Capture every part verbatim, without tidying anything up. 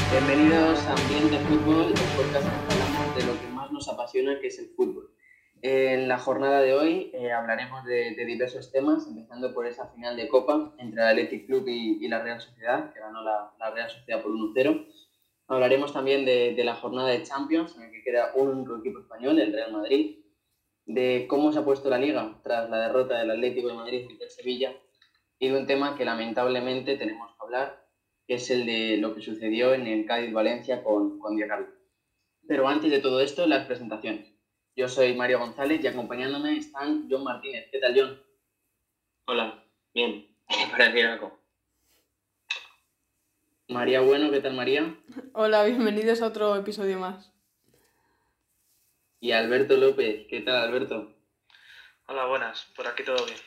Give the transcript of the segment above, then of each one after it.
Bienvenidos a Ambiente Fútbol, el podcast en el que hablamos de lo que más nos apasiona, que es el fútbol. En la jornada de hoy eh, hablaremos de, de diversos temas, empezando por esa final de Copa entre el Athletic Club y, y la Real Sociedad, que ganó la, la Real Sociedad por uno cero. Hablaremos también de, de la jornada de Champions, en la que queda un único equipo español, el Real Madrid, de cómo se ha puesto la Liga tras la derrota del Atlético de Madrid frente al Sevilla, y de un tema que lamentablemente tenemos que hablar, que es el de lo que sucedió en el Cádiz-Valencia con, con Diego Carlos. Pero antes de todo esto, las presentaciones. Yo soy Mario González y acompañándome están John Martínez. ¿Qué tal, John? Hola, bien, para decir algo. María Bueno, ¿qué tal, María? Hola, bienvenidos a otro episodio más. Y Alberto López, ¿qué tal, Alberto? Hola, buenas, por aquí todo bien.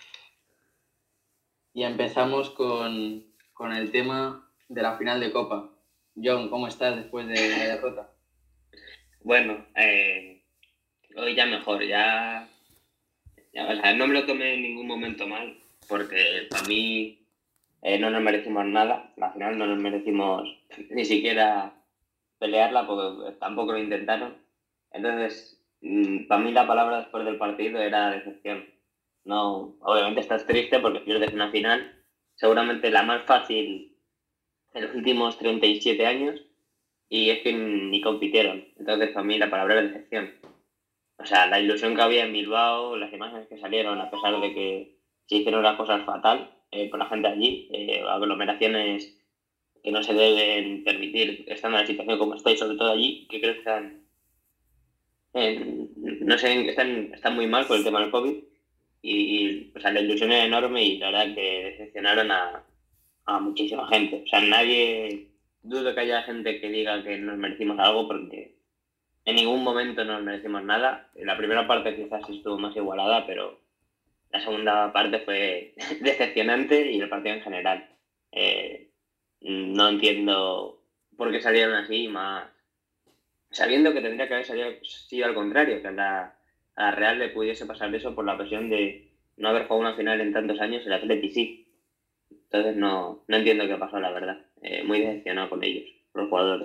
Y empezamos con, con el tema de la final de Copa. John, ¿cómo estás después de la derrota? Bueno, eh, hoy ya mejor, ya, ya o sea, no me lo tomé en ningún momento mal, porque para mí eh, no nos merecimos nada, al final no nos merecimos ni siquiera pelearla, porque tampoco lo intentaron. Entonces, mmm, para mí la palabra después del partido era decepción. No, obviamente estás triste porque pierdes una final, seguramente la más fácil en los últimos treinta y siete años, y es que ni compitieron. Entonces, para mí, la palabra era decepción. O sea, la ilusión que había en Bilbao, las imágenes que salieron, a pesar de que se hicieron las cosas fatal eh, por la gente allí, eh, aglomeraciones que no se deben permitir estando en la situación como estáis, sobre todo allí, que creo que están, eh, no sé, están, están muy mal por el tema del COVID. Y, o sea, la ilusión era enorme y la verdad que decepcionaron a, a muchísima gente. O sea, nadie... Dudo que haya gente que diga que nos merecimos algo, porque en ningún momento nos merecimos nada. La primera parte quizás estuvo más igualada, pero la segunda parte fue decepcionante, y el partido en general. Eh, no entiendo por qué salieron así, más sabiendo que tendría que haber salido, sido al contrario, que a la, a la Real le pudiese pasar eso por la presión de no haber jugado una final en tantos años. El Atleti sí. Entonces no, no entiendo qué pasó, la verdad. Eh, muy decepcionado con ellos, los jugadores.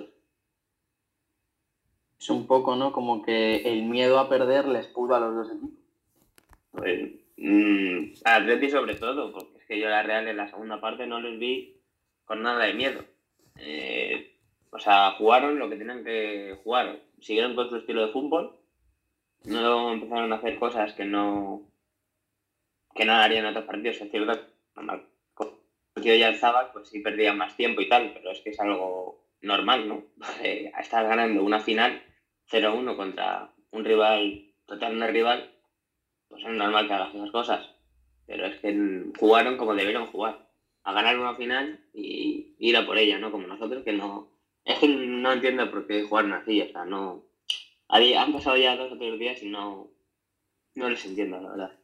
Es un poco, ¿no? Como que el miedo a perder les pudo a los dos equipos. Pues, mmm, al Atleti sobre todo, porque es que yo a la Real en la segunda parte no les vi con nada de miedo. Eh, o sea, jugaron lo que tenían que jugar. Siguieron con su estilo de fútbol. No empezaron a hacer cosas que no que no harían en otros partidos. Es cierto que partido ya estaba, pues sí perdía más tiempo y tal, pero es que es algo normal, ¿no? Eh, estar ganando una final cero uno contra un rival, totalmente rival, pues es normal que hagas esas cosas. Pero es que jugaron como debieron jugar, a ganar una final y ir a por ella, ¿no? Como nosotros, que no... Es que no entiendo por qué jugaron así, o sea, no... Han pasado ya dos o tres días y no, no les entiendo, la verdad.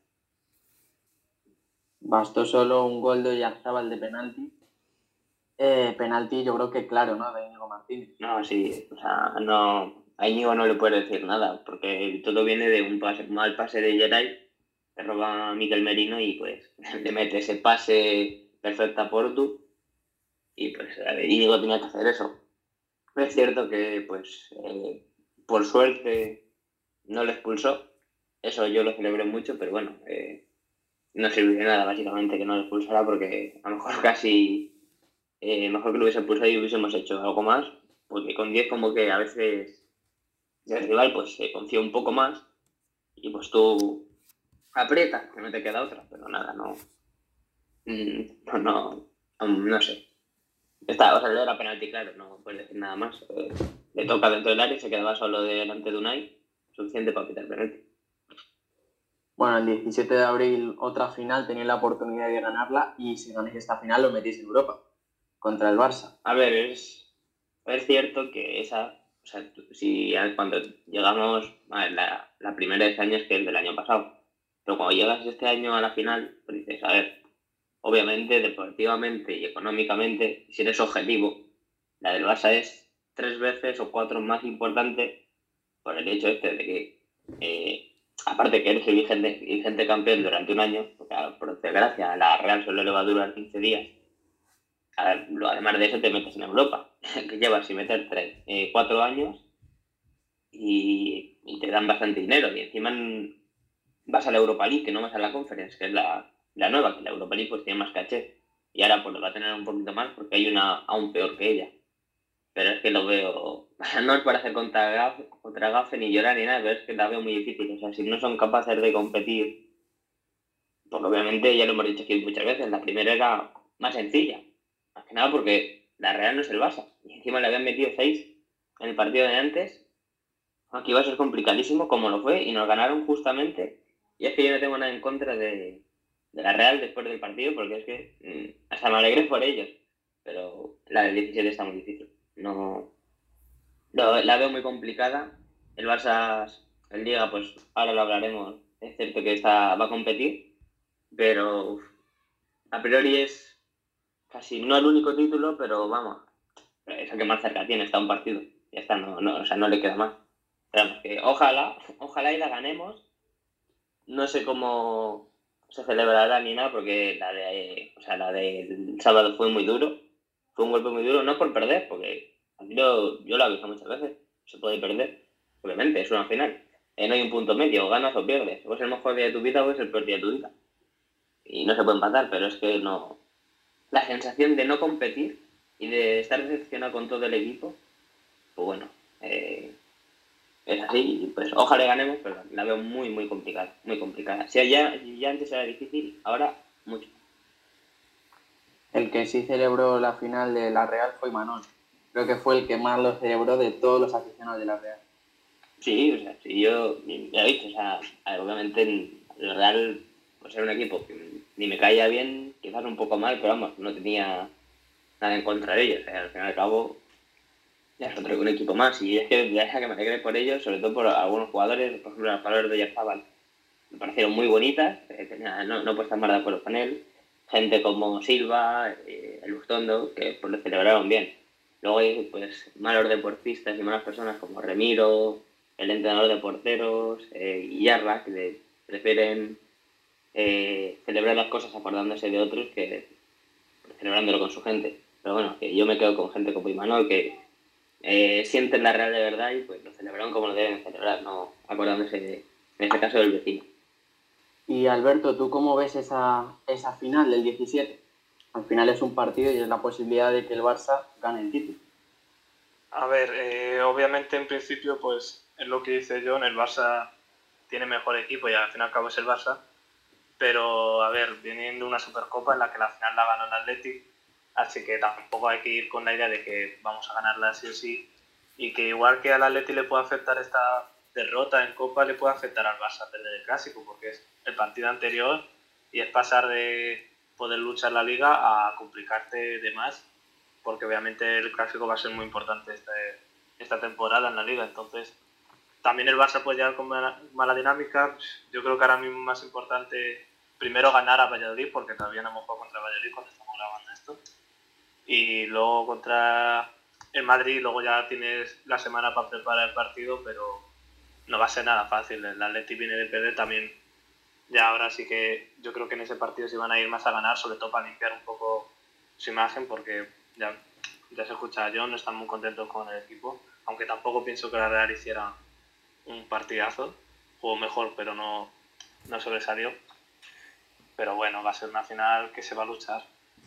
Bastó solo un gol de Oyarzábal de penalti. Eh, penalti yo creo que claro, ¿no? De Íñigo Martínez. No, sí, o sea, no... A Íñigo no le puedes decir nada, porque todo viene de un pase, mal pase de Geray, que roba a Mikel Merino y pues le mete ese pase perfecto a Portu, y pues a ver, Íñigo tenía que hacer eso. Es cierto que pues eh, por suerte no le expulsó, eso yo lo celebré mucho, pero bueno, eh, no sirvió de nada básicamente que no le expulsara, porque a lo mejor casi eh, mejor que lo hubiese expulsado y hubiésemos hecho algo más, porque con diez como que a veces el rival pues se confía un poco más y pues tú aprietas, que no te queda otra, pero nada, no no, no, no sé. Está, o sea, era penalti, claro, no puedes decir nada más. Eh, le toca dentro del área y se quedaba solo delante de Unai, suficiente para pitar penalti. Bueno, el diecisiete de abril otra final, tenéis la oportunidad de ganarla y si ganáis esta final lo metís en Europa contra el Barça. A ver, es, es cierto que esa, o sea, si cuando llegamos a la, la primera de este año es que es del año pasado, pero cuando llegas este año a la final, pues dices, a ver, obviamente, deportivamente y económicamente, si eres objetivo, la del Barça es tres veces o cuatro más importante por el hecho este de que, eh, aparte que eres el vigente, vigente campeón durante un año, porque por desgracia la Real solo le va a durar quince días, a ver, además de eso te metes en Europa, que llevas sin meter tres, eh, cuatro años y, y te dan bastante dinero. Y encima en- vas a la Europa League, que no vas a la Conference, que es la, la nueva, que la Europa League pues tiene más caché. Y ahora pues lo va a tener un poquito más porque hay una aún peor que ella. Pero es que lo veo, no es para hacer contra gafe, contra gafe ni llorar ni nada, pero es que la veo muy difícil. O sea, si no son capaces de competir, pues obviamente ya lo hemos dicho aquí muchas veces, la primera era más sencilla. Más que nada porque la Real no es el Barça. Y encima le habían metido seis en el partido de antes. Aquí iba a ser complicadísimo, como lo fue, y nos ganaron justamente. Y es que yo no tengo nada en contra de, de la Real después del partido, porque es que mm, hasta me alegré por ellos. Pero la del diecisiete está muy difícil. No, lo- la veo muy complicada. El Barça, el Liga, pues ahora lo hablaremos. Es cierto que está, va a competir, pero uf, a priori es casi no el único título, pero vamos, es el que más cerca tiene, está un partido. Ya está, no, no, o sea, no le queda más. Pero vamos, que ojalá, ojalá y la ganemos. No sé cómo se celebrará ni nada, porque la de, o sea, la del sábado fue muy duro. Fue un golpe muy duro, no por perder, porque aquí lo- yo lo he visto muchas veces. Se puede perder, obviamente, es una final. Eh, no hay un punto medio, o ganas o pierdes. O es el mejor día de tu vida o es el peor día de tu vida. Y no se puede empatar, pero es que no. La sensación de no competir y de estar decepcionado con todo el equipo, pues bueno, eh, es así, pues ojalá ganemos, pero la veo muy, muy complicada, muy complicada. Si ya, ya antes era difícil, ahora mucho. El que sí celebró la final de la Real fue Imanol. Creo que fue el que más lo celebró de todos los aficionados de la Real. Sí, o sea, si yo, ya he visto, o sea, a ver, obviamente el Real, pues era un equipo que ni me caía bien, quizás un poco mal, pero vamos, no tenía nada en contra de ellos. O sea, al fin y al cabo, ya es otro un equipo más. Y es que ya que me alegré por ellos, sobre todo por algunos jugadores, por ejemplo, las palabras de Oyarzabal me parecieron muy bonitas, eh, tenía- no, no puedo estar más de acuerdo con él. Gente como Silva, eh, el Lustondo, que pues lo celebraron bien. Luego hay pues malos deportistas y malas personas como Remiro, el entrenador de porteros, eh, y Yarra, que le prefieren eh, celebrar las cosas acordándose de otros que celebrándolo con su gente. Pero bueno, que yo me quedo con gente como Imanol, que eh, sienten la Real de verdad y pues lo celebraron como lo deben celebrar, no acordándose de, en este caso, del vecino. Y Alberto, ¿tú cómo ves esa, esa final del diecisiete? Al final es un partido y es la posibilidad de que el Barça gane el título. A ver, eh, obviamente en principio pues es lo que dice John, el Barça tiene mejor equipo y al fin y al cabo es el Barça, pero a ver, viene de una Supercopa en la que la final la ganó el Athletic, así que tampoco hay que ir con la idea de que vamos a ganarla sí o sí, y que igual que al Athletic le puede afectar esta derrota en Copa, le puede afectar al Barça perder el Clásico, porque es el partido anterior y es pasar de poder luchar la Liga a complicarte de más, porque obviamente el Clásico va a ser muy importante este, esta temporada en la Liga, entonces también el Barça puede llegar con mala, mala dinámica. Yo creo que ahora mismo es más importante primero ganar a Valladolid, porque todavía no hemos jugado contra Valladolid cuando estamos grabando esto, y luego contra el Madrid, luego ya tienes la semana para preparar el partido, pero no va a ser nada fácil. El Atleti viene de perder también, ya ahora sí que yo creo que en ese partido se van a ir más a ganar, sobre todo para limpiar un poco su imagen, porque ya, ya se escucha a John, no están muy contentos con el equipo, aunque tampoco pienso que la Real hiciera un partidazo, jugó mejor pero no, no sobresalió, pero bueno, va a ser una final que se va a luchar.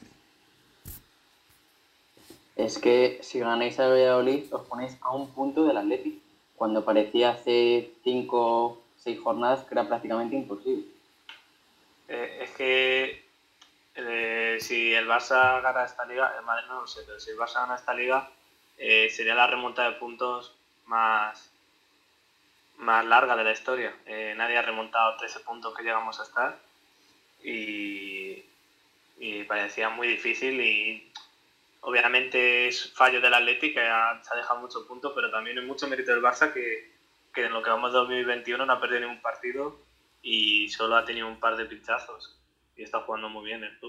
Es que si ganáis a Valladolid os ponéis a un punto del Athletic, cuando parecía hace cinco o seis jornadas que era prácticamente imposible. Eh, es que eh, si el Barça gana esta liga, el Madrid no lo sé, pero si el Barça gana esta liga, eh, sería la remontada de puntos más, más larga de la historia. Eh, nadie ha remontado trece puntos que llegamos a estar y, y parecía muy difícil y obviamente es fallo del Atleti que ha, se ha dejado muchos puntos, pero también es mucho mérito del Barça que, que en lo que vamos de dos mil veintiuno no ha perdido ningún partido y solo ha tenido un par de pinchazos y está jugando muy bien el club.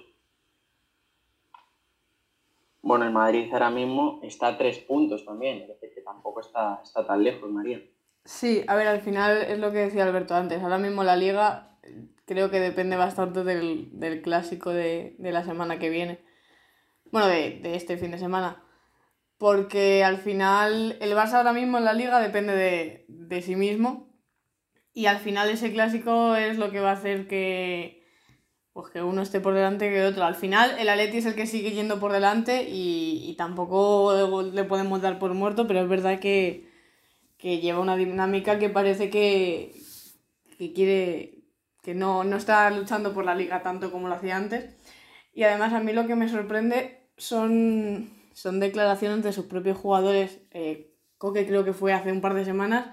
Bueno, el Madrid ahora mismo está a tres puntos también, es decir, que tampoco está, está tan lejos, María. Sí, a ver, al final es lo que decía Alberto antes. Ahora mismo la liga eh, creo que depende bastante del, del clásico de, de la semana que viene. Bueno, de, de este fin de semana. porque al final el Barça ahora mismo en la Liga depende de, de sí mismo y al final ese clásico es lo que va a hacer que, pues que uno esté por delante que otro. Al final el Atleti es el que sigue yendo por delante y, y tampoco le podemos dar por muerto, pero es verdad que, que lleva una dinámica que parece que, que quiere, que no, no está luchando por la Liga tanto como lo hacía antes. Y además a mí lo que me sorprende son, son declaraciones de sus propios jugadores. Eh, Coque creo que fue hace un par de semanas,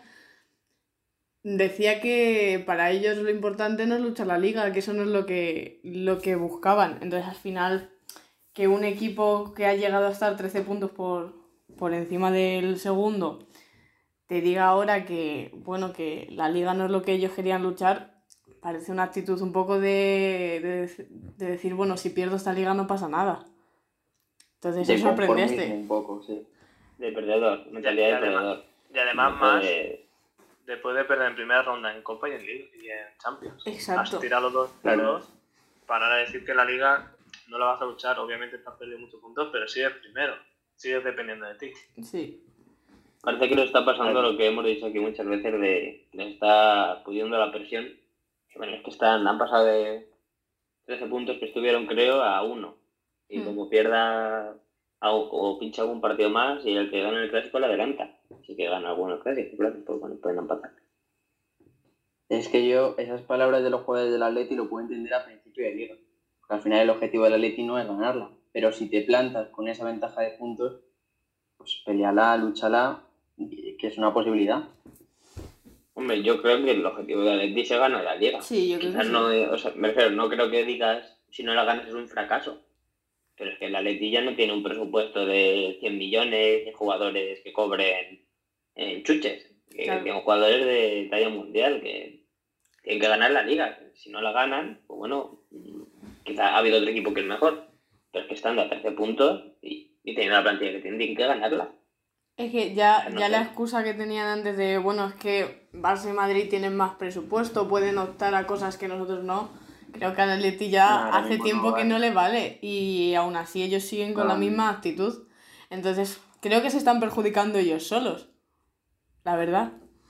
decía que para ellos lo importante no es luchar la Liga, que eso no es lo que, lo que buscaban. Entonces al final que un equipo que ha llegado a estar trece puntos por, por encima del segundo te diga ahora que, bueno, que la Liga no es lo que ellos querían luchar, parece una actitud un poco de, de, de decir, bueno, si pierdo esta Liga no pasa nada. Entonces De es sorprendente. conformismo un poco, sí. De perdedor, mentalidad Y de además- perdedor. Y además No más puede- después de perder en primera ronda en Copa y en Liga y en Champions. Exacto. Has tirado los dos Claro. puntos para ahora decir que la Liga no la vas a luchar. Obviamente te has perdido muchos puntos, pero sigues primero. Sigues dependiendo de ti. Sí. Parece que le está pasando Claro. lo que hemos dicho aquí muchas veces de le está pudiendo la presión. Y bueno, es que están, han pasado de trece puntos que estuvieron, creo, a uno. Y Mm. como pierda a- o pincha algún partido más y el que gana el clásico le adelanta. Así que gana algunos clásicos, claro, pues bueno, pueden empatar. Es que yo esas palabras de los jugadores del Atleti lo puedo entender a principio de liga. Porque al final el objetivo del Atleti no es ganarla. Pero si te plantas con esa ventaja de puntos, pues peleala, lúchala, y- que es una posibilidad. Hombre, yo creo que el objetivo de Atleti se gana la liga. Sí, yo creo Quizás que sí. no, eh, o sea, me refiero, no creo que digas si no la ganas es un fracaso. Pero es que el Atleti ya no tiene un presupuesto de cien millones de jugadores que cobren en chuches. Que Claro. tienen jugadores de talla mundial que tienen que ganar la liga. Si no la ganan, pues bueno, quizá ha habido otro equipo que es mejor. Pero es que estando a trece puntos y, y teniendo la plantilla que tienen, tienen que ganarla. Es que ya, No ya sé. la excusa que tenían antes de, bueno, es que Barça y Madrid tienen más presupuesto, pueden optar a cosas que nosotros no. Creo que al Atleti ya No, ahora hace mismo tiempo no que vale. no le vale y aún así ellos siguen con la No. misma actitud. Entonces creo que se están perjudicando ellos solos, la verdad.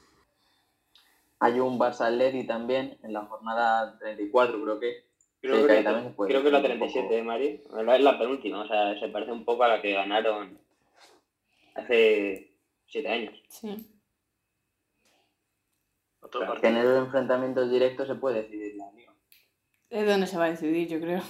Hay un Barça Atleti también en la jornada treinta y cuatro, creo que. Creo, Sí, que, ahí la, también se puede creo que la decir un treinta y siete poco. de Mari es la penúltima, o sea, se parece un poco a la que ganaron hace siete años. Sí. Otro Claro. Que en partido. esos enfrentamientos directos se puede decidir la liga. Es donde se va a decidir, yo creo.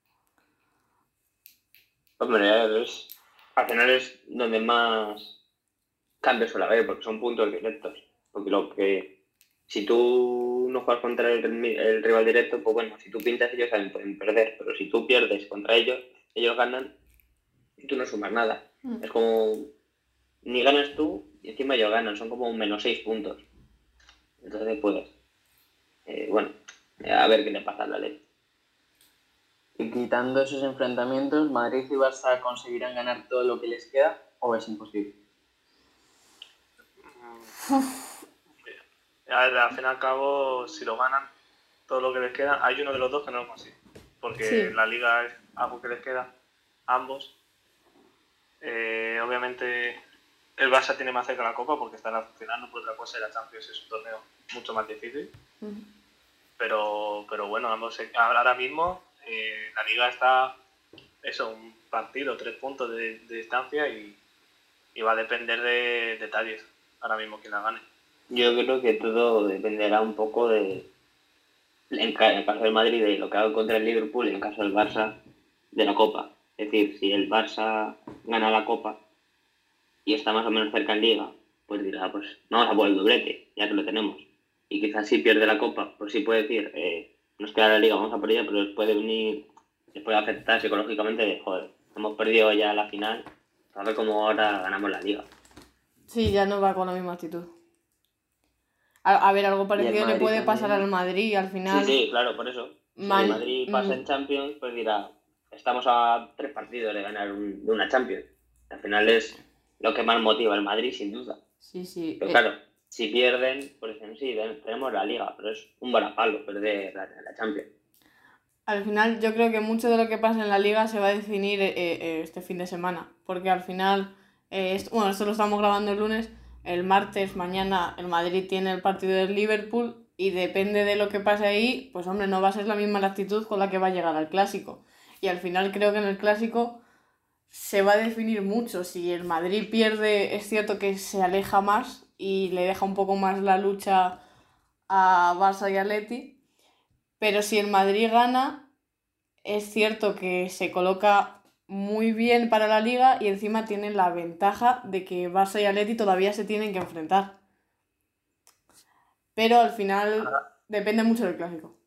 Hombre, es, al final es donde más cambios suele haber, porque son puntos directos. Porque lo que, si tú no juegas contra el, el rival directo, pues bueno, si tú pintas ellos también pueden perder, pero si tú pierdes contra ellos, ellos ganan y tú no sumas nada. Mm. Es como, ni ganas tú y encima ellos ganan, son como un menos seis puntos. Entonces, pues, eh, bueno, a ver qué le pasa a la ley. Y quitando esos enfrentamientos, ¿Madrid y Barça conseguirán ganar todo lo que les queda o es imposible? Al, al fin y al cabo, si lo ganan, todo lo que les queda, hay uno de los dos que no lo consigue. Porque Sí. la liga es algo que les queda a ambos. Eh, obviamente, el Barça tiene más cerca la Copa porque está en la final, no por otra cosa, y la Champions es un torneo mucho más difícil. Mm. Pero, pero bueno, ambos se- ahora mismo eh, la liga está, eso, un partido, tres puntos de, de distancia y, y va a depender de detalles ahora mismo quién la gane. Yo creo que todo dependerá un poco de, en, ca- en el caso del Madrid, de lo que haga contra el Liverpool, y en el caso del Barça, de la Copa. Es decir, si el Barça gana la Copa y está más o menos cerca en Liga, pues dirá, pues vamos a por el doblete, ya que lo tenemos. Y quizás si pierde la Copa, pues sí puede decir, eh, nos queda la Liga, vamos a por ella, pero les puede venir, les puede afectar psicológicamente de, joder, hemos perdido ya la final, a ver cómo ahora ganamos la Liga. Sí, ya no va con la misma actitud. A, a ver, algo parecido le Madrid puede también. pasar al Madrid al final. Sí, sí, claro, por eso. Si Man- el Madrid pasa mm. en Champions, pues dirá, estamos a tres partidos de ganar un- de una Champions. Al final es lo que más motiva al Madrid, sin duda. Sí, sí. Pero Eh, claro, si pierden, pues dicen, sí, ten- tenemos la Liga, pero es un varapalo perder la, la Champions. Al final yo creo que mucho de lo que pasa en la liga se va a definir eh, eh, este fin de semana, porque al final Eh, esto, bueno, esto lo estamos grabando el lunes. El martes, mañana, el Madrid tiene el partido del Liverpool y depende de lo que pase ahí, pues hombre, no va a ser la misma la actitud con la que va a llegar al Clásico. Y al final creo que en el Clásico se va a definir mucho. Si el Madrid pierde, es cierto que se aleja más y le deja un poco más la lucha a Barça y Atleti, pero si el Madrid gana, es cierto que se coloca muy bien para la Liga y encima tiene la ventaja de que Barça y Atleti todavía se tienen que enfrentar. Pero al final Ahora, depende mucho del Clásico.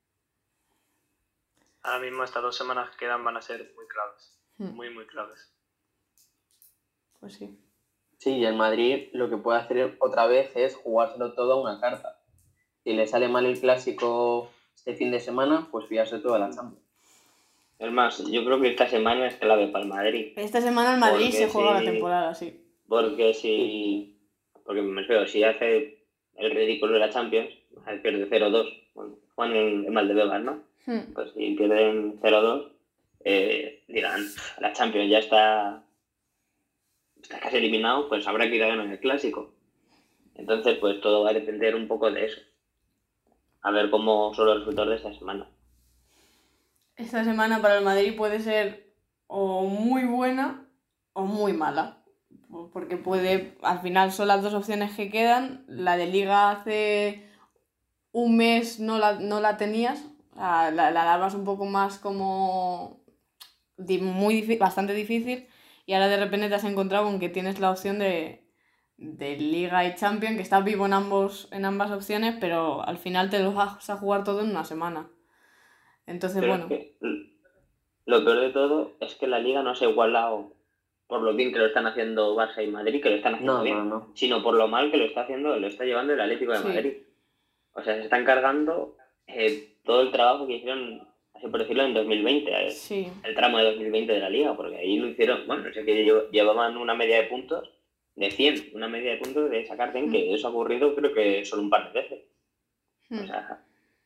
ahora mismo estas dos semanas que quedan van a ser muy claves. Hmm. Muy, muy claves. Pues sí. Sí, y el Madrid lo que puede hacer otra vez es jugárselo todo a una carta. Si le sale mal el Clásico este fin de semana, pues fiarse toda la Champions. Es más, yo creo que esta semana es clave para el Madrid. Esta semana el Madrid Porque se juega si- la temporada, sí. Porque si. Porque me refiero, si hace el ridículo de la Champions, o sea, pierde cero dos, bueno, juegan en, en Valdebebas, ¿no? Hmm. Pues si pierden cero dos, eh, dirán, la Champions ya está, está casi eliminado, pues habrá que ir a ganar el Clásico. Entonces, pues todo va a depender un poco de eso. A ver cómo son los resultados de esta semana. Esta semana para el Madrid puede ser o muy buena o muy mala. Porque puede, al final son las dos opciones que quedan. La de Liga hace un mes no la, no la tenías. O sea, la, la dabas un poco más como di- muy difí- bastante difícil. Y ahora de repente te has encontrado con que tienes la opción de, de Liga y Champions, que estás vivo en, ambos, en ambas opciones, pero al final te lo vas a jugar todo en una semana. Entonces, Pero bueno. es que lo peor de todo es que la Liga no se ha igualado por lo bien que lo están haciendo Barça y Madrid, que lo están haciendo No, bien, no, no. sino por lo mal que lo está haciendo, lo está llevando el Atlético de Sí. Madrid. O sea, se están cargando eh, todo el trabajo que hicieron, así por decirlo, en dos mil veinte, el, Sí. el tramo de dos mil veinte de la Liga, porque ahí lo hicieron, bueno, no sé que lle- llevaban una media de puntos de cien, una media de puntos de sacar cien, que eso ha ocurrido creo que solo un par de veces. O Hmm. sea,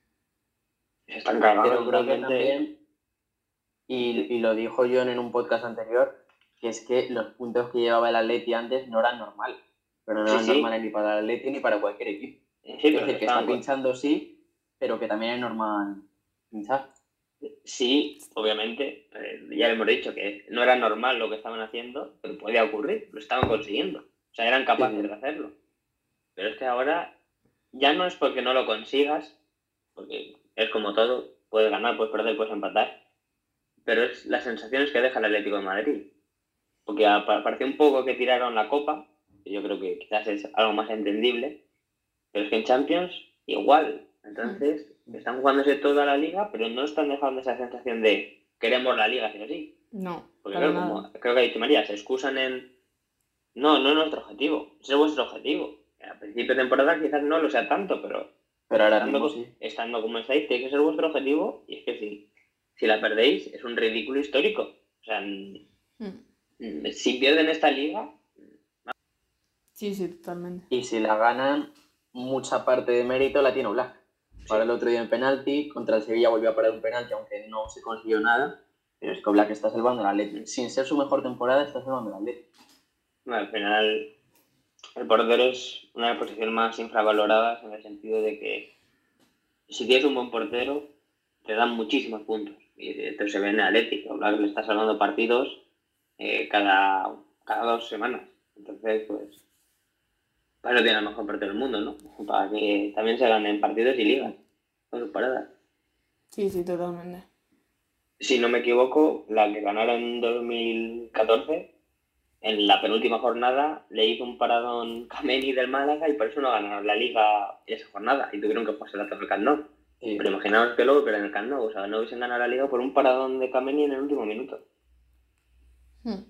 se están cargando Pero creo que totalmente. también, y, y lo dijo John en un podcast anterior, que es que los puntos que llevaba el Atleti antes no eran normal. Pero no Sí, eran sí. normales ni para el Atleti ni para cualquier equipo. Sí, Es pero decir, que que está estaban con- pinchando sí, pero que también es normal pinchar. Sí, obviamente, eh, ya hemos dicho que no era normal lo que estaban haciendo, pero podía ocurrir, lo estaban consiguiendo. O sea, eran capaces Sí, sí. de hacerlo. Pero es que ahora ya no es porque no lo consigas, porque es como todo, puedes ganar, puedes perder, puedes empatar, pero es las sensaciones que deja el Atlético de Madrid. Porque a- pa- pareció un poco que tiraron la copa, que yo creo que quizás es algo más entendible, pero es que en Champions igual. Entonces, están jugándose toda la liga, pero no están dejando esa sensación de queremos la liga, sí o sí. No, Porque para claro, nada. como creo que ha dicho María, se excusan en no, no es nuestro objetivo, ese es vuestro objetivo. A principio de temporada quizás no lo sea tanto, pero Pero ahora estando, mismo co- sí. estando como estáis, tiene que ser vuestro objetivo, y es que si, si la perdéis es un ridículo histórico. O sea, n- Hmm. n- si pierden esta liga, Sí, sí, totalmente. Y si la ganan, mucha parte de mérito la tiene Oblak. Para el otro día en penalti, contra el Sevilla volvió a parar un penalti, aunque no se consiguió nada. Pero es que Oblak está salvando al Atleti. Sin ser su mejor temporada, está salvando al Atleti. bueno, al final el portero es una de las posiciones más infravaloradas en el sentido de que si tienes un buen portero, te dan muchísimos puntos. Y esto se ve en el Atlético. Oblak le está salvando partidos eh, cada, cada dos semanas. Entonces, pues, para eso tiene el mejor portero del mundo, ¿no? Para que también se ganen partidos y ligas con sus paradas. Sí, sí, totalmente. Si no me equivoco, la que ganaron en dos mil catorce, en la penúltima jornada, le hizo un paradón Kameni del Málaga y por eso no ganaron la liga esa jornada y tuvieron que jugarse la el Camp Nou. Sí. Pero imaginaos que luego pierden el Camp Nou, o sea, no hubiesen ganado la liga por un paradón de Kameni en el último minuto. Hmm.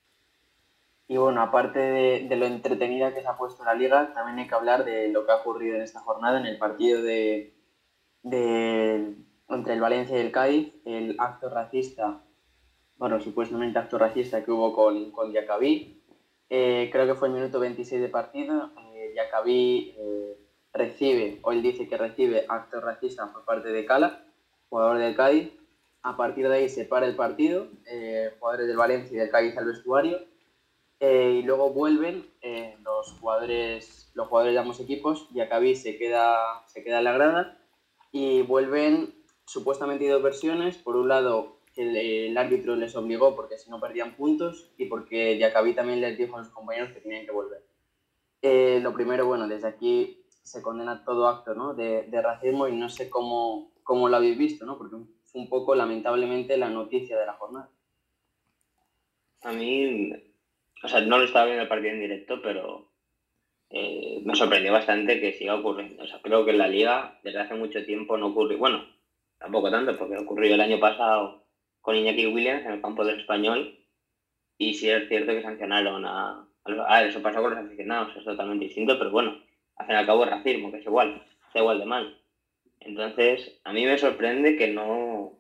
Y bueno, aparte de, de lo entretenida que se ha puesto la liga, también hay que hablar de lo que ha ocurrido en esta jornada, en el partido de, de- entre el Valencia y el Cádiz, el acto racista, bueno, supuestamente acto racista que hubo con, con Diacabí. Eh, creo que fue el minuto veintiséis de partido. Eh, Diacabí eh, recibe, o él dice que recibe acto racista por parte de Cala, jugador del Cádiz. A partir de ahí se para el partido, eh, jugadores del Valencia y del Cádiz al vestuario. Eh, y luego vuelven eh, los jugadores los jugadores de ambos equipos. Diacabí se queda, se queda en la grada y vuelven. Supuestamente hay dos versiones. Por un lado, que el, el árbitro les obligó porque si no perdían puntos, y porque Diacabí también les dijo a sus compañeros que tenían que volver. Eh, lo primero, bueno, desde aquí se condena todo acto, ¿no?, de, de racismo, y no sé cómo, cómo lo habéis visto, ¿no?, porque fue un poco, lamentablemente, la noticia de la jornada. A mí, o sea, no lo estaba viendo el partido en directo, pero eh, me sorprendió bastante que siga ocurriendo. O sea, creo que en la Liga desde hace mucho tiempo no ocurrió, bueno, tampoco tanto, porque ocurrió el año pasado con Iñaki Williams en el campo del Español, y sí es cierto que sancionaron a... a ah, eso pasó con los aficionados, es totalmente distinto, pero bueno, al fin y al cabo es racismo, que es igual, está igual de mal. Entonces, a mí me sorprende que no...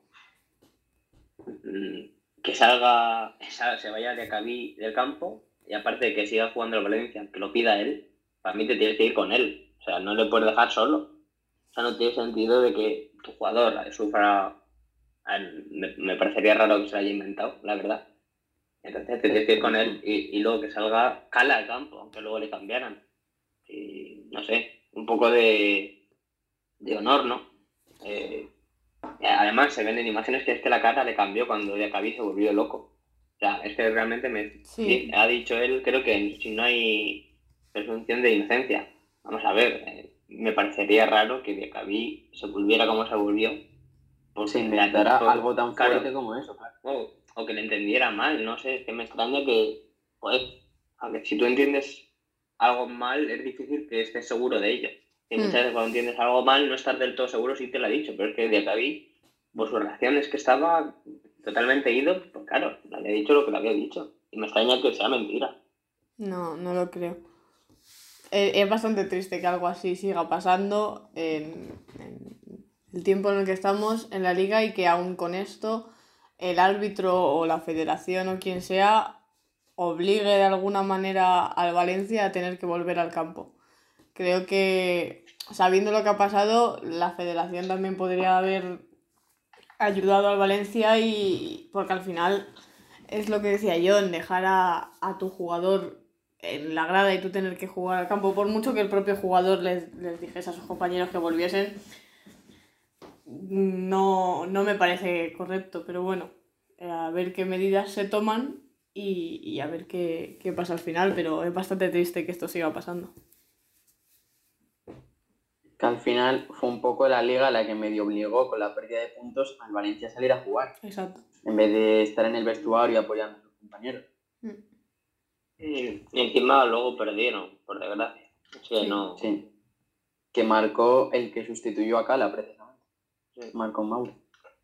que salga, se vaya de Diacabí del campo, y aparte de que siga jugando el Valencia, que lo pida él, para mí te tienes que ir con él. O sea, no le puedes dejar solo. O sea, no tiene sentido de que tu jugador sufra... Me, me parecería raro que se lo haya inventado, la verdad. Entonces te tienes que ir con él y, y luego que salga Cala al campo, aunque luego le cambiaran. Y, no sé, un poco de, de honor, ¿no? Eh, además se ven en imágenes que es que la cara le cambió cuando Diacabí se volvió loco. O sea, es que realmente me Sí. ha dicho él, creo que si no hay presunción de inocencia. Vamos a ver, eh, me parecería raro que Diacabí se volviera como se volvió. Se inventara algo tan claro, fuerte como eso, claro. O, o que le entendiera mal, no sé, es que me extraña que, pues, aunque si tú entiendes algo mal, es difícil que estés seguro de ello. Y muchas Mm. veces cuando entiendes algo mal, no estás del todo seguro si te lo ha dicho, pero es que Diacabí, por su reacción es que estaba totalmente ido, pues claro, le había dicho lo que le había dicho. Y me extraña que sea mentira. No, no lo creo. Es, es bastante triste que algo así siga pasando en, en el tiempo en el que estamos en la liga, y que aún con esto el árbitro o la federación o quien sea obligue de alguna manera al Valencia a tener que volver al campo. Creo que, sabiendo lo que ha pasado, la federación también podría haber ayudado al Valencia, y porque al final es lo que decía yo, en dejar a, a tu jugador en la grada y tú tener que jugar al campo, por mucho que el propio jugador les, les dijese a sus compañeros que volviesen, no, no me parece correcto, pero bueno, a ver qué medidas se toman y, y a ver qué, qué pasa al final, pero es bastante triste que esto siga pasando. Que al final fue un poco la liga la que medio obligó, con la pérdida de puntos, al Valencia a salir a jugar. Exacto. En vez de estar en el vestuario apoyando a sus compañeros. Mm. Y, y encima luego perdieron, por desgracia. Es que Sí. no... Sí. Que marcó el que sustituyó a Cala, precisamente. Sí. Marcó Mauro.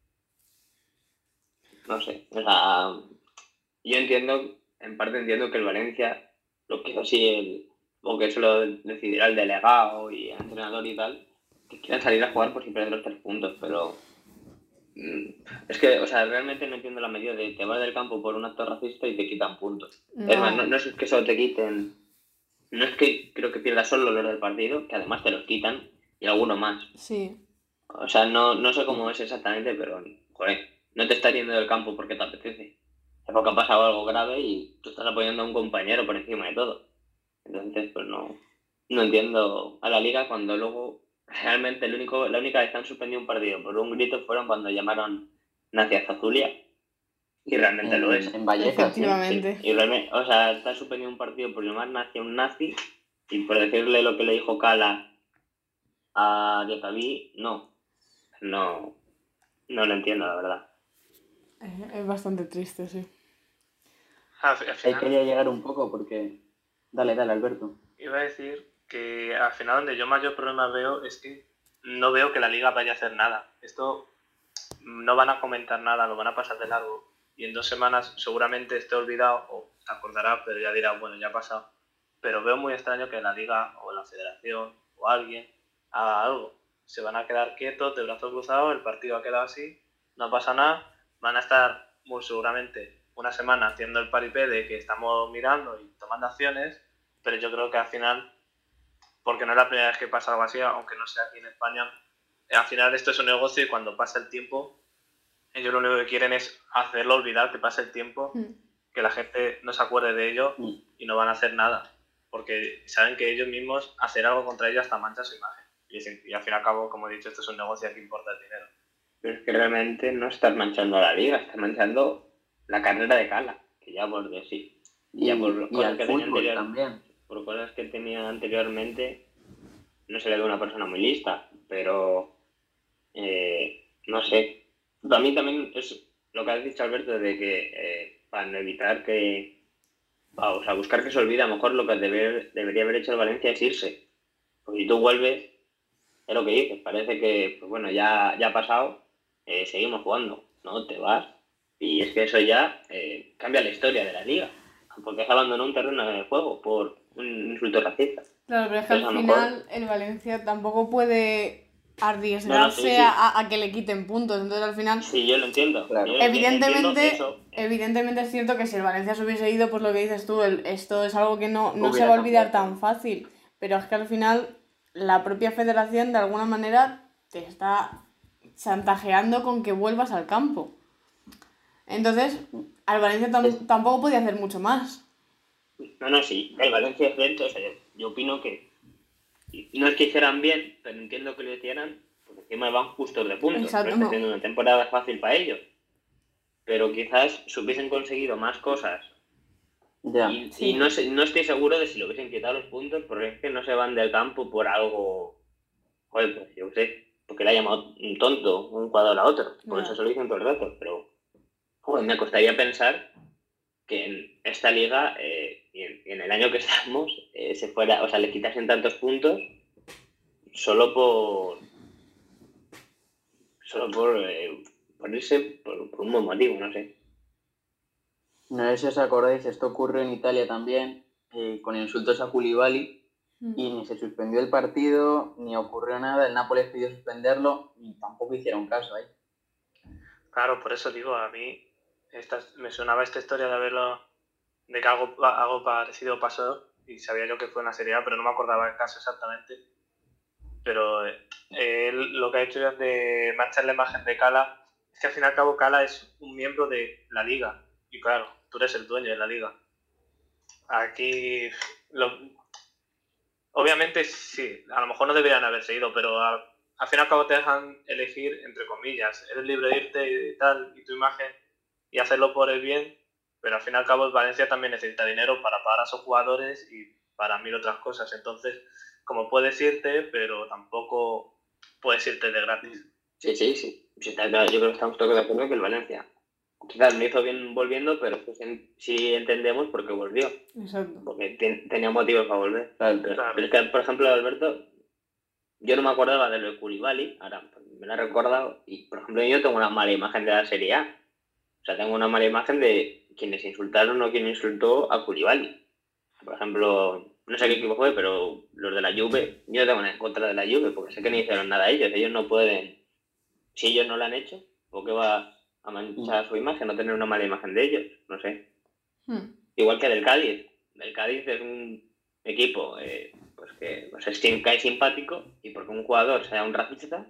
No sé, o sea, yo entiendo, en parte entiendo que el Valencia, lo que así el, o que eso lo decidirá el delegado y el entrenador y tal, que quieran salir a jugar por si pierden los tres puntos, pero mm, es que, o sea, realmente no entiendo la medida de te vas del campo por un acto racista y te quitan puntos. No. Es más, no, no es que solo te quiten, no es que creo que pierdas solo los del partido, que además te los quitan, y alguno más. Sí. O sea, no, no sé cómo es exactamente, pero, joder, no te estás yendo del campo porque te apetece. Es porque ha pasado algo grave y tú estás apoyando a un compañero por encima de todo. Entonces, pues no, no entiendo a la liga cuando luego realmente el único, la única vez que han suspendido un partido por un grito fueron cuando llamaron nazi a Zazulia. Y realmente en, lo es. En Vallecas, efectivamente. Sí. Y realmente, o sea, está suspendido un partido por llamar nazi a un nazi y por decirle lo que le dijo Cala a Diacabí, no. No, no lo entiendo, la verdad. Es bastante triste, sí. Al, al Ahí final, quería llegar un poco porque... Dale, dale, Alberto. iba a decir que al final donde yo mayor problema veo es que no veo que la liga vaya a hacer nada. Esto no van a comentar nada, lo van a pasar de largo. Y en dos semanas seguramente esté olvidado, o se acordará, pero ya dirá, bueno, ya ha pasado. Pero veo muy extraño que la liga o la federación o alguien haga algo. Se van a quedar quietos, de brazos cruzados, el partido ha quedado así, no pasa nada. Van a estar muy seguramente una semana haciendo el paripé de que estamos mirando y tomando acciones, pero yo creo que al final, porque no es la primera vez que pasa algo así, aunque no sea aquí en España, al final esto es un negocio y cuando pasa el tiempo, ellos lo único que quieren es hacerlo olvidar, que pase el tiempo, Mm. que que la gente no se acuerde de ello y no van a hacer nada, porque saben que ellos mismos hacer algo contra ellos hasta mancha su imagen. Y, es, y al fin y al cabo, como he dicho, esto es un negocio que importa el dinero. Pero es que realmente no estás manchando a la liga, estás manchando la carrera de Cala, que ya por de sí. Y, ya por y cosas al que tenía fútbol anterior, también. por cosas que tenía anteriormente, no se le ve una persona muy lista, pero eh, no sé. A mí también es lo que has dicho, Alberto, de que eh, para evitar que, para, o sea, buscar que se olvide, a lo mejor lo que deber, debería haber hecho el Valencia es irse. Porque si tú vuelves, es lo que dices, parece que, pues bueno, ya, ya ha pasado, eh, seguimos jugando, ¿no? Te vas. Y es que eso ya eh, cambia la historia de la liga, porque se abandonó un terreno de juego por un insulto racista. Claro, pero es que Entonces, al a lo mejor- final el Valencia tampoco puede arriesgarse No, no, sí, sí. A, a que le quiten puntos. Entonces al final, Sí, yo lo entiendo. Claro. Yo lo entiendo evidentemente, eso. evidentemente es cierto que si el Valencia se hubiese ido, pues lo que dices tú, el- esto es algo que no, no se Hubiera va a olvidar cambiado. tan fácil. Pero es que al final la propia federación de alguna manera te está chantajeando con que vuelvas al campo. Entonces, al Valencia tam- Es- tampoco podía hacer mucho más. No, no, sí. El Valencia es lento. O sea, yo, yo opino que no es que hicieran bien, pero entiendo que lo hicieran porque encima van justos de puntos. Exacto, Pero está no. siendo una temporada fácil para ellos. Pero quizás si hubiesen conseguido más cosas. Ya. Y, Sí. y no, sé, no estoy seguro de si lo hubiesen quitado los puntos, porque es que no se van del campo por algo. Joder, pues yo sé. Porque le ha llamado un tonto un jugador a otro. Por Ya. eso se lo dicen todo el rato. Pero joder, me costaría pensar que en esta liga eh, y, en, y en el año que estamos eh, se fuera, o sea, le quitasen tantos puntos solo por solo por, eh, por irse por, por un buen motivo, no sé. No sé si os acordáis, esto ocurrió en Italia también, eh, con insultos a Koulibaly, y ni se suspendió el partido, ni ocurrió nada, el Nápoles pidió suspenderlo y tampoco hicieron caso ahí. Claro, por eso digo, a mí esta, me sonaba esta historia de haberlo, de que algo, algo parecido pasó y sabía yo que fue una Serie A, pero no me acordaba el caso exactamente. Pero eh, él lo que ha hecho es de manchar la imagen de Cala, es que al fin y al cabo Cala es un miembro de la liga y claro, tú eres el dueño de la liga. Aquí, lo, obviamente sí, a lo mejor no deberían haberse ido, pero a, al fin y al cabo te dejan elegir, entre comillas, eres libre de irte y tal, y tu imagen, y hacerlo por el bien, pero al fin y al cabo el Valencia también necesita dinero para pagar a sus jugadores y para mil otras cosas. Entonces, como puedes irte, pero tampoco puedes irte de gratis. Sí, sí, sí. sí está claro. Yo creo que estamos todos de acuerdo que el Valencia quizás no hizo bien volviendo, pero pues en, sí entendemos por qué volvió. Exacto. Porque ten, tenía motivos para volver. Claro, Pero, Claro. pero es que, por ejemplo, Alberto, yo no me acordaba de lo de Koulibaly, ahora pues, me lo he recordado, y por ejemplo yo tengo una mala imagen de la Serie A. O sea, tengo una mala imagen de quienes insultaron o quien insultó a Koulibaly. Por ejemplo, no sé qué equipo fue, pero los de la Juve, yo tengo nada en contra de la Juve, porque sé que no hicieron nada ellos, ellos no pueden, si ellos no lo han hecho, ¿por qué va a manchar su imagen, no tener una mala imagen de ellos? No sé. Hmm. Igual que del Cádiz. El Cádiz es un equipo eh, pues que pues es que cae simpático y porque un jugador sea un racista,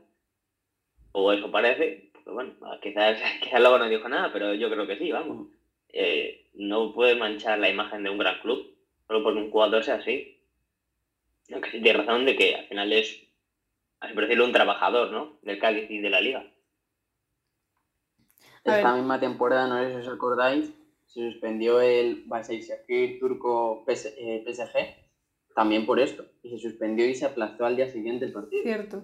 o eso parece, porque bueno, quizás, quizás luego no dijo nada, pero yo creo que sí, vamos. Eh, no puedes manchar la imagen de un gran club solo porque un jugador sea así. Aunque sí tiene razón de que al final es, así por decirlo, un trabajador, ¿no? Del Cádiz y de la Liga. A Esta ver. misma temporada, no sé si os acordáis, se suspendió el Başakşehir turco P S G también por esto. Y se suspendió y se aplazó al día siguiente el partido. Cierto.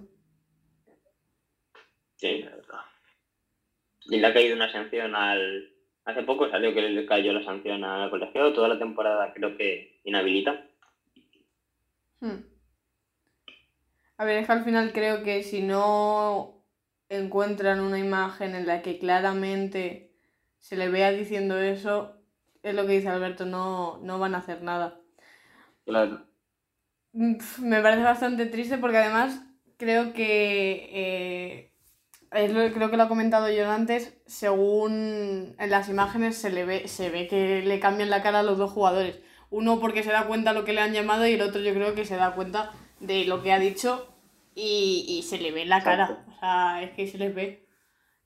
Sí. Y le ha caído una sanción al... Hace poco salió que le cayó la sanción al colegiado, toda la temporada creo que inhabilita. Hmm. A ver, es que al final creo que si no encuentran una imagen en la que claramente se le vea diciendo eso, es lo que dice Alberto, no, no van a hacer nada. Claro. Pf, Me parece bastante triste porque además creo que, eh, es lo, creo que lo ha comentado yo antes, según en las imágenes se le ve, se ve que le cambian la cara a los dos jugadores. Uno porque se da cuenta de lo que le han llamado y el otro yo creo que se da cuenta de lo que ha dicho y, y se le ve en la cara. Exacto. O sea, es que se les ve.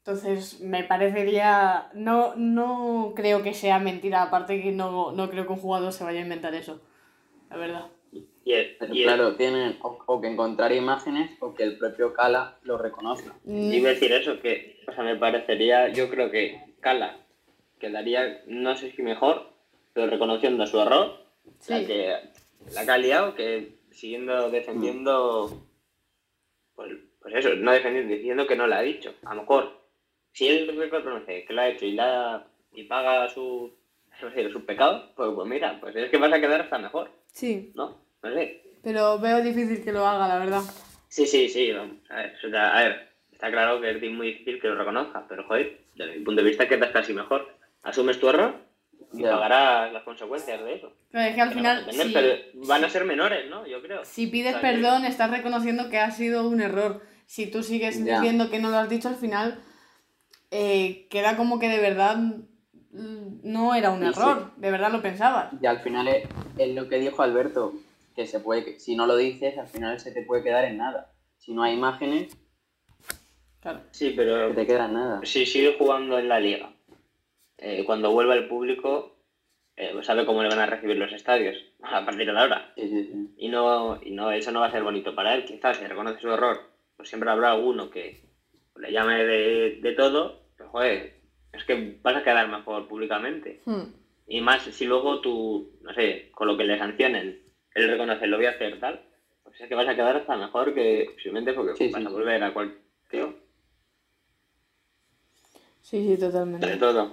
Entonces me parecería, no, no creo que sea mentira, aparte que no, no creo que un jugador se vaya a inventar eso, la verdad. Y el- Pero y el- claro, tienen o, o que encontrar imágenes o que el propio Cala lo reconozca. Mm, Iba a decir eso, que, o sea, me parecería, yo creo que Cala quedaría, no sé si mejor, pero reconociendo su error, Sí. la que la que ha liado, que siguiendo defendiendo, pues, pues eso, no defendiendo, diciendo que no la ha dicho. A lo mejor, si él reconoce que lo ha hecho y, la, y paga su, no sé, sus pecados, pues, pues mira, pues es que vas a quedar hasta mejor, Sí, ¿no? No sé. pero veo difícil que lo haga, la verdad. Sí, sí, sí, vamos. A ver, o sea, a ver, está claro que es muy difícil que lo reconozca, pero joder, desde mi punto de vista quedas casi mejor. Asumes tu error y Ya. pagarás las consecuencias de eso. Pero es que al Que no vas a final, tener, si, pero van a ser menores, ¿no? Yo creo. si pides O sea, que- perdón, estás reconociendo que ha sido un error. Si tú sigues Ya. diciendo que no lo has dicho, al final eh, queda como que de verdad mm, no era un Sí, error, de verdad lo pensabas. Y al final es, es lo que dijo Alberto, que se puede, que si no lo dices, al final se te puede quedar en nada. Si no hay imágenes, Claro. Sí, pero se te queda en nada. si sigue jugando en la liga, eh, cuando vuelva el público, eh, sabe cómo le van a recibir los estadios a partir de la hora. Sí, sí, sí. Y no, y no, eso no va a ser bonito para él. Quizás si reconoce su error, pues siempre habrá alguno que le llame de, de todo, pero joder, es que vas a quedar mejor públicamente. Hmm. Y más si luego tú, no sé, con lo que le sancionen, él reconoce, lo voy a hacer tal, pues es que vas a quedar hasta mejor que simplemente porque Sí, vas sí, a sí. volver a cualquier tío, Sí, sí, de totalmente. todo.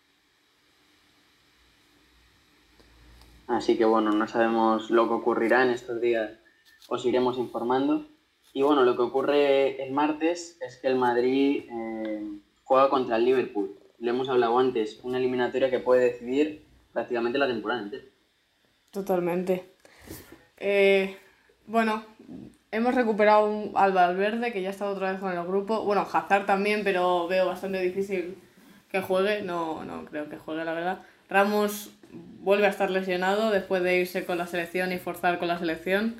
Así que bueno, no sabemos lo que ocurrirá en estos días, os iremos informando. Y bueno, lo que ocurre el martes es que el Madrid eh, juega contra el Liverpool. Lo hemos hablado antes, una eliminatoria que puede decidir prácticamente la temporada entera. Totalmente. Eh, bueno, hemos recuperado un Alba Valverde, que ya ha estado otra vez con el grupo. Bueno, Hazard también, pero veo bastante difícil que juegue. No, no creo que juegue, la verdad. Ramos vuelve a estar lesionado después de irse con la selección y forzar con la selección.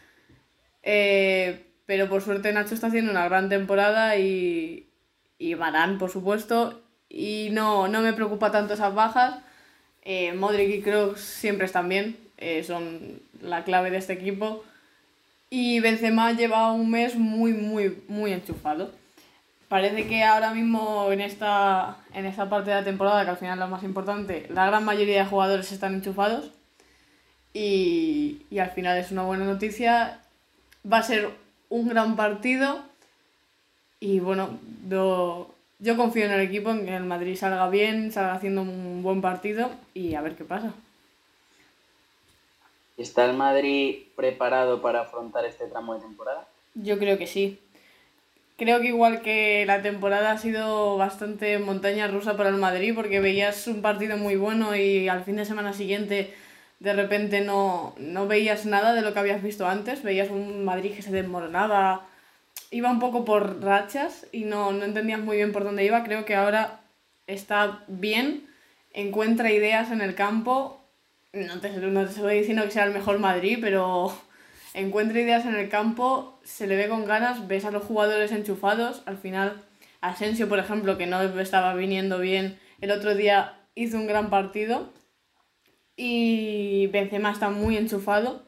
Eh, pero por suerte Nacho está haciendo una gran temporada y, y Varane, por supuesto. Y no, no me preocupa tanto esas bajas. Eh, Modric y Kroos siempre están bien, eh, son la clave de este equipo. Y Benzema lleva un mes muy, muy, muy enchufado. Parece que ahora mismo en esta, en esta parte de la temporada, que al final es lo más importante, la gran mayoría de jugadores están enchufados. Y, y al final es una buena noticia. Va a ser un gran partido. Y bueno, yo, yo confío en el equipo, en que el Madrid salga bien, salga haciendo un buen partido y a ver qué pasa. ¿Está el Madrid preparado para afrontar este tramo de temporada? Yo creo que sí. Creo que igual que la temporada ha sido bastante montaña rusa para el Madrid, porque veías un partido muy bueno y al fin de semana siguiente de repente no, no veías nada de lo que habías visto antes. Veías un Madrid que se desmoronaba, iba un poco por rachas y no, no entendías muy bien por dónde iba. Creo que ahora está bien, encuentra ideas en el campo. No te, no te estoy diciendo que sea el mejor Madrid, pero encuentra ideas en el campo, se le ve con ganas, ves a los jugadores enchufados. Al final, Asensio, por ejemplo, que no estaba viniendo bien, el otro día hizo un gran partido. Y Benzema está muy enchufado.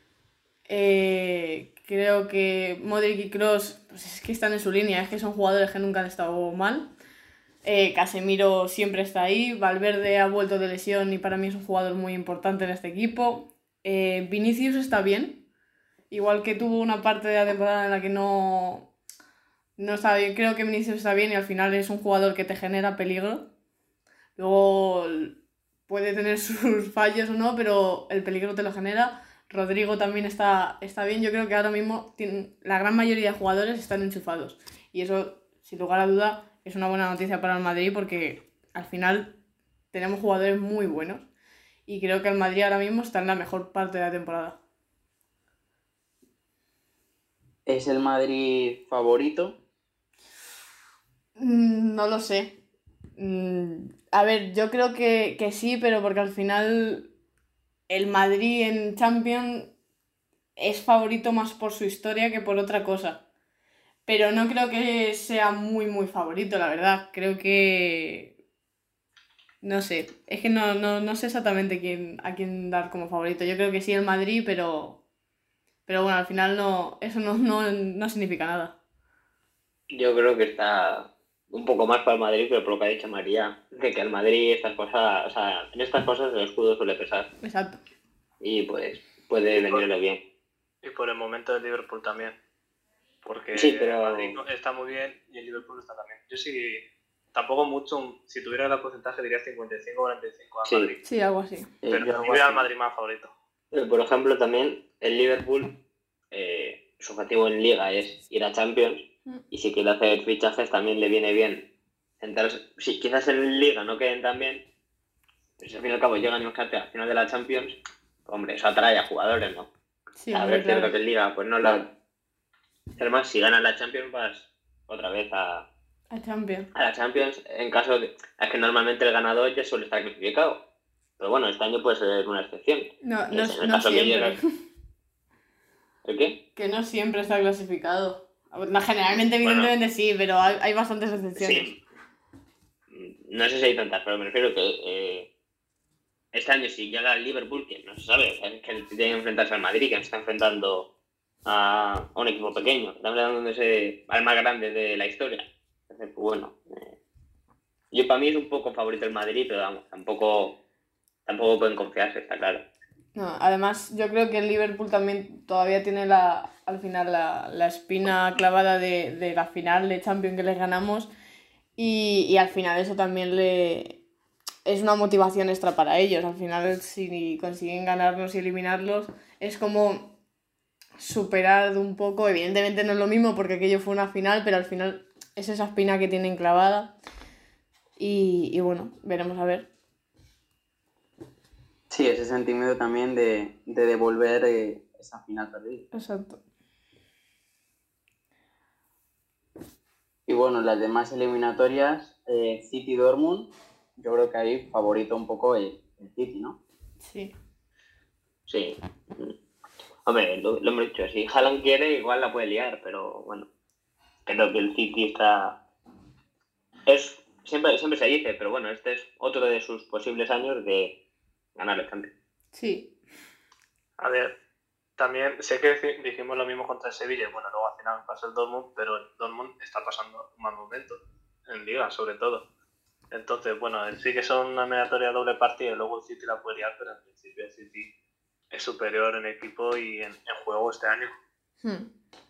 Eh, creo que Modric y Kroos, pues es que están en su línea, es que son jugadores que nunca han estado mal. Eh, Casemiro siempre está ahí, Valverde ha vuelto de lesión y para mí es un jugador muy importante en este equipo. Eh, Vinicius está bien, igual que tuvo una parte de la temporada en la que no, no estaba bien. Creo que Vinicius está bien y al final es un jugador que te genera peligro. Luego puede tener sus fallos o no, pero el peligro te lo genera. Rodrigo también está, está bien. Yo creo que ahora mismo tiene, la gran mayoría de jugadores están enchufados. Y eso, sin lugar a duda, es una buena noticia para el Madrid porque al final tenemos jugadores muy buenos. Y creo que el Madrid ahora mismo está en la mejor parte de la temporada. ¿Es el Madrid favorito? Mm, no lo sé. Mm, a ver, yo creo que, que sí, pero porque al final el Madrid en Champions es favorito más por su historia que por otra cosa. pero no creo que sea muy, muy favorito, la verdad. Creo que... No sé, es que no, no, no sé exactamente quién, a quién dar como favorito. Yo creo que sí el Madrid, pero... Pero bueno, al final no, eso no, no, no significa nada. Yo creo que está un poco más para el Madrid, pero por lo que ha dicho María, de que el Madrid estas cosas, o sea, en estas cosas el escudo suele pesar Exacto. y pues puede venirle bien. Y por el momento del Liverpool también. Porque Sí, pero- el Madrid no- está muy bien y el Liverpool está también. Yo sí, tampoco mucho, si tuviera el porcentaje diría cincuenta y cinco cuarenta y cinco al Sí. Madrid. Sí, algo así. Eh, Pero yo yo algo veo al así. Madrid más favorito. Pero, por ejemplo, también el Liverpool, eh, su objetivo en Liga es ir a Champions Mm. y si quiere hacer fichajes también le viene bien centrarse. Si quizás en Liga no queden tan bien, pero si al fin y al cabo llegan y a la final de la Champions, hombre, eso atrae a jugadores, ¿no? Sí, a hombre, ver, cierto claro. que en Liga, pues no la. Además, si ganas la Champions, vas otra vez a, A Champions. a la Champions. En caso de. Es que normalmente el ganador ya suele estar clasificado. Pero bueno, este año puede ser una excepción. No, Que no, es en el no caso que siempre. llegas- ¿El qué? Que no siempre está clasificado. No, generalmente, Bueno. evidentemente sí, pero hay, hay bastantes excepciones. Sí. No sé si hay tantas, pero me refiero que eh, este año si llega el Liverpool, que no se sabe, o sea, es que tiene que enfrentarse al Madrid, que no está enfrentando a, a un equipo pequeño, está enfrentándose al más grande de la historia. Entonces, pues bueno, eh, yo para mí es un poco favorito el Madrid, pero vamos, tampoco, tampoco pueden confiarse, está claro. No, además, yo creo que el Liverpool también todavía tiene la, al final la, la espina clavada de, de la final de Champions que les ganamos y, y al final eso también le es una motivación extra para ellos. Al final, si consiguen ganarnos y eliminarlos, es como superar un poco. Evidentemente no es lo mismo porque aquello fue una final, pero al final es esa espina que tienen clavada y, y bueno, veremos a ver. Sí, ese sentimiento también de, de devolver eh, esa final perdida. Exacto. Y bueno, las demás eliminatorias, eh, City-Dortmund, yo creo que ahí favorito un poco el, el City, ¿no? Sí. Sí. Hombre, lo, lo hemos dicho, si Haaland quiere, igual la puede liar, pero bueno, creo que el City está... Es, siempre, siempre se dice, pero bueno, este es otro de sus posibles años de ganar el Champions. Sí. A ver, también sé que dici- dijimos lo mismo contra el Sevilla, y bueno, luego al final pasó el Dortmund, pero el Dortmund está pasando un mal momento, en Liga sobre todo. Entonces, bueno, sí que son una eliminatoria doble partida y luego el City la puede liar, pero en principio el City es superior en equipo y en, en juego este año. Hmm.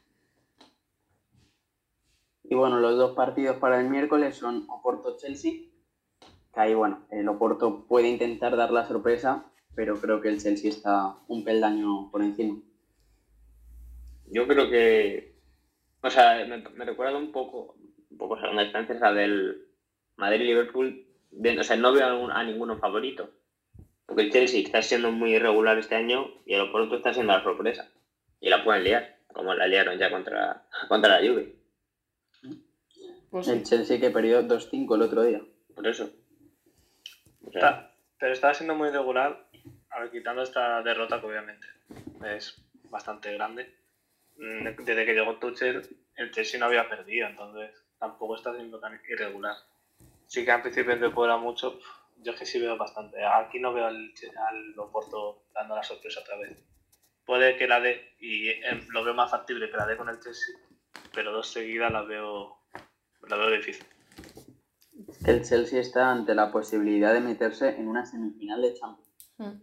Y bueno, los dos partidos para el miércoles son Oporto-Chelsea, que ahí, bueno, el Oporto puede intentar dar la sorpresa, pero creo que el Chelsea está un peldaño por encima. Yo creo que, o sea, me, me recuerda un poco, un poco, o sea, una distancia esa del Madrid-Liverpool, o sea, no veo a, ningún- a ninguno favorito, porque el Chelsea está siendo muy irregular este año y el Oporto está siendo la sorpresa, y la pueden liar, como la liaron ya contra, contra la Juve, Pues El sí. Chelsea que perdió dos cinco el otro día. por eso. O sea, Está- pero está siendo muy irregular, a ver, quitando esta derrota que obviamente es bastante grande. Mm, Desde que llegó Tuchel, el Chelsea no había perdido, entonces tampoco está siendo tan irregular. Sí que al principio te fuera mucho, yo es que sí veo bastante. Aquí no veo al, Che- al Oporto dando la sorpresa otra vez. Puede que la dé, y eh, lo veo más factible que la dé con el Chelsea, pero dos seguidas la veo, la veo difícil. El Chelsea está ante la posibilidad de meterse en una semifinal de Champions. Hmm.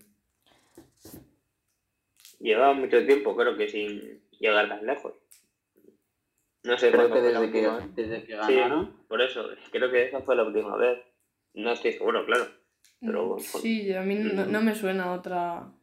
llevaba mucho tiempo, creo que sin llegar tan lejos. No sé Creo cuándo que fue la desde que, última vez. desde que Sí, ganaron, por eso, creo que esa fue la última vez. No estoy seguro, claro. Pero bueno, Sí, a mí no, no me suena otra.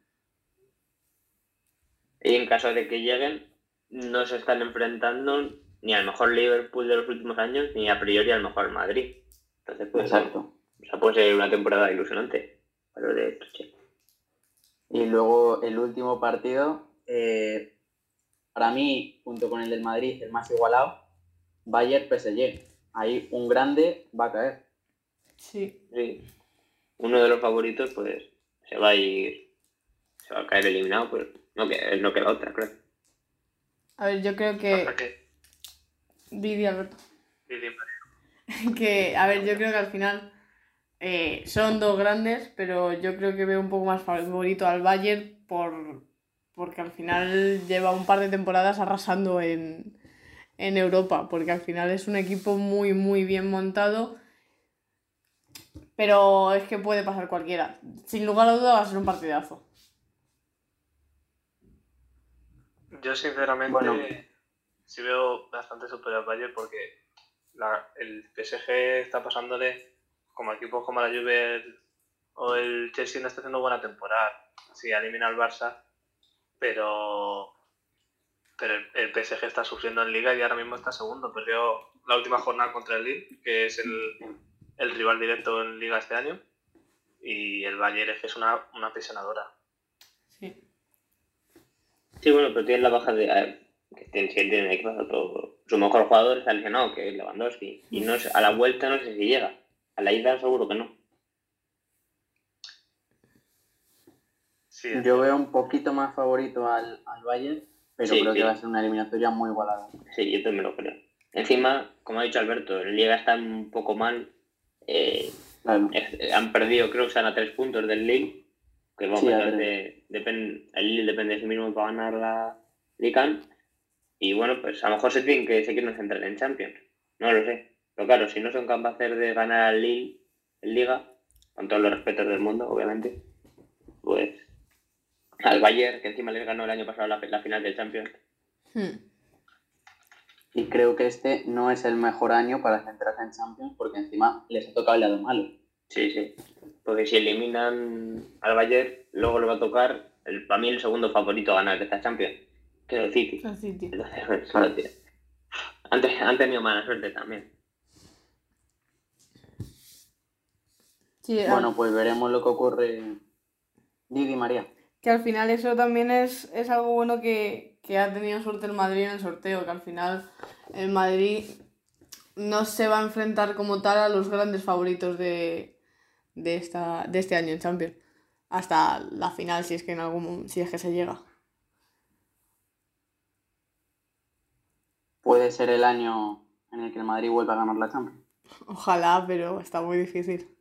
y en caso de que lleguen, no se están enfrentando ni al mejor Liverpool de los últimos años, ni a priori al mejor Madrid. Entonces, pues, exacto. o sea, puede ser una temporada ilusionante para lo de Tuchel. Y luego el último partido, eh, para mí, junto con el del Madrid, el más igualado, Bayern-P S G. Ahí un grande va a caer. Sí. Sí. Uno de los favoritos, pues, se va a ir, se va a caer eliminado, pues no, que, no queda otra, claro. A ver, yo creo Hasta que que Didi, Alberto. Didi María. Que, a ver, yo creo que al final eh, son dos grandes, pero yo creo que veo un poco más favorito al Bayern por, porque al final lleva un par de temporadas arrasando en, en Europa, porque al final es un equipo muy, muy bien montado, pero es que puede pasar cualquiera. Sin lugar a dudas va a ser un partidazo. Yo sinceramente Bueno. sí veo bastante superior al Bayern porque la- el P S G está pasándole como equipos como la Juve el- o el Chelsea no está haciendo buena temporada. Sí, elimina al Barça, pero, pero el, el P S G está sufriendo en Liga y ahora mismo está segundo. Perdió la última jornada contra el Lille, que es el, el rival directo en Liga este año, y el Bayern es que es una, una apisonadora. Sí. Sí, bueno, pero tienen la baja de... A ver, que tienen, sí, tienen equipos, otro, su mejor jugador está lesionado, que es Lewandowski. Y no sé, a la vuelta no sé si llega. A la ida seguro que no. Sí, Yo veo un poquito más favorito al, al Bayern, pero Sí, creo sí. que va a ser una eliminatoria muy igualada. Sí, yo también lo creo. Encima, como ha dicho Alberto, el Liga está un poco mal. Eh, Claro. es- han perdido, creo que están a tres puntos del Lille. Que vamos, Sí, a a tres. depende, el Lille depende de sí mismo para ganar la Liga. Y bueno, pues a lo mejor se tienen que se quieren centrar en Champions. No lo sé. Pero claro, si no son capaces de ganar al Lille en Liga, con todos los respetos del mundo, obviamente, pues al Bayern, que encima les ganó el año pasado la, la final del Champions. Hmm. Y creo que este no es el mejor año para centrarse en Champions porque encima les ha tocado el lado malo. Sí, sí. Porque si eliminan al Bayern, luego le va a tocar, el, para mí, el segundo favorito a ganar de esta Champions, que es el City. El City. Entonces, pues, claro, tío. Antes, han tenido mala suerte también. Sí, al- Bueno, pues veremos lo que ocurre. Didi María. que al final eso también es, es algo bueno que, que ha tenido suerte el Madrid en el sorteo, que al final el Madrid no se va a enfrentar como tal a los grandes favoritos de, de, esta, de este año en Champions. Hasta la final, si es que en algún si es que se llega. Puede ser el año en el que el Madrid vuelva a ganar la Champions. Ojalá, pero está muy difícil.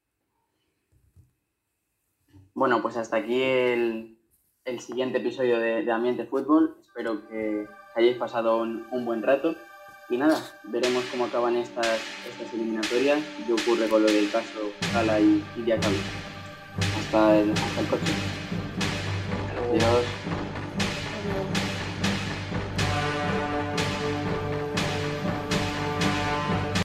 Bueno, pues hasta aquí el, el siguiente episodio de, de Ambiente Fútbol. Espero que hayáis pasado un, un buen rato. Y nada, veremos cómo acaban estas, estas eliminatorias y qué ocurre con lo del caso Sala y, y Diacabí. Hasta el, hasta el coche. Adiós.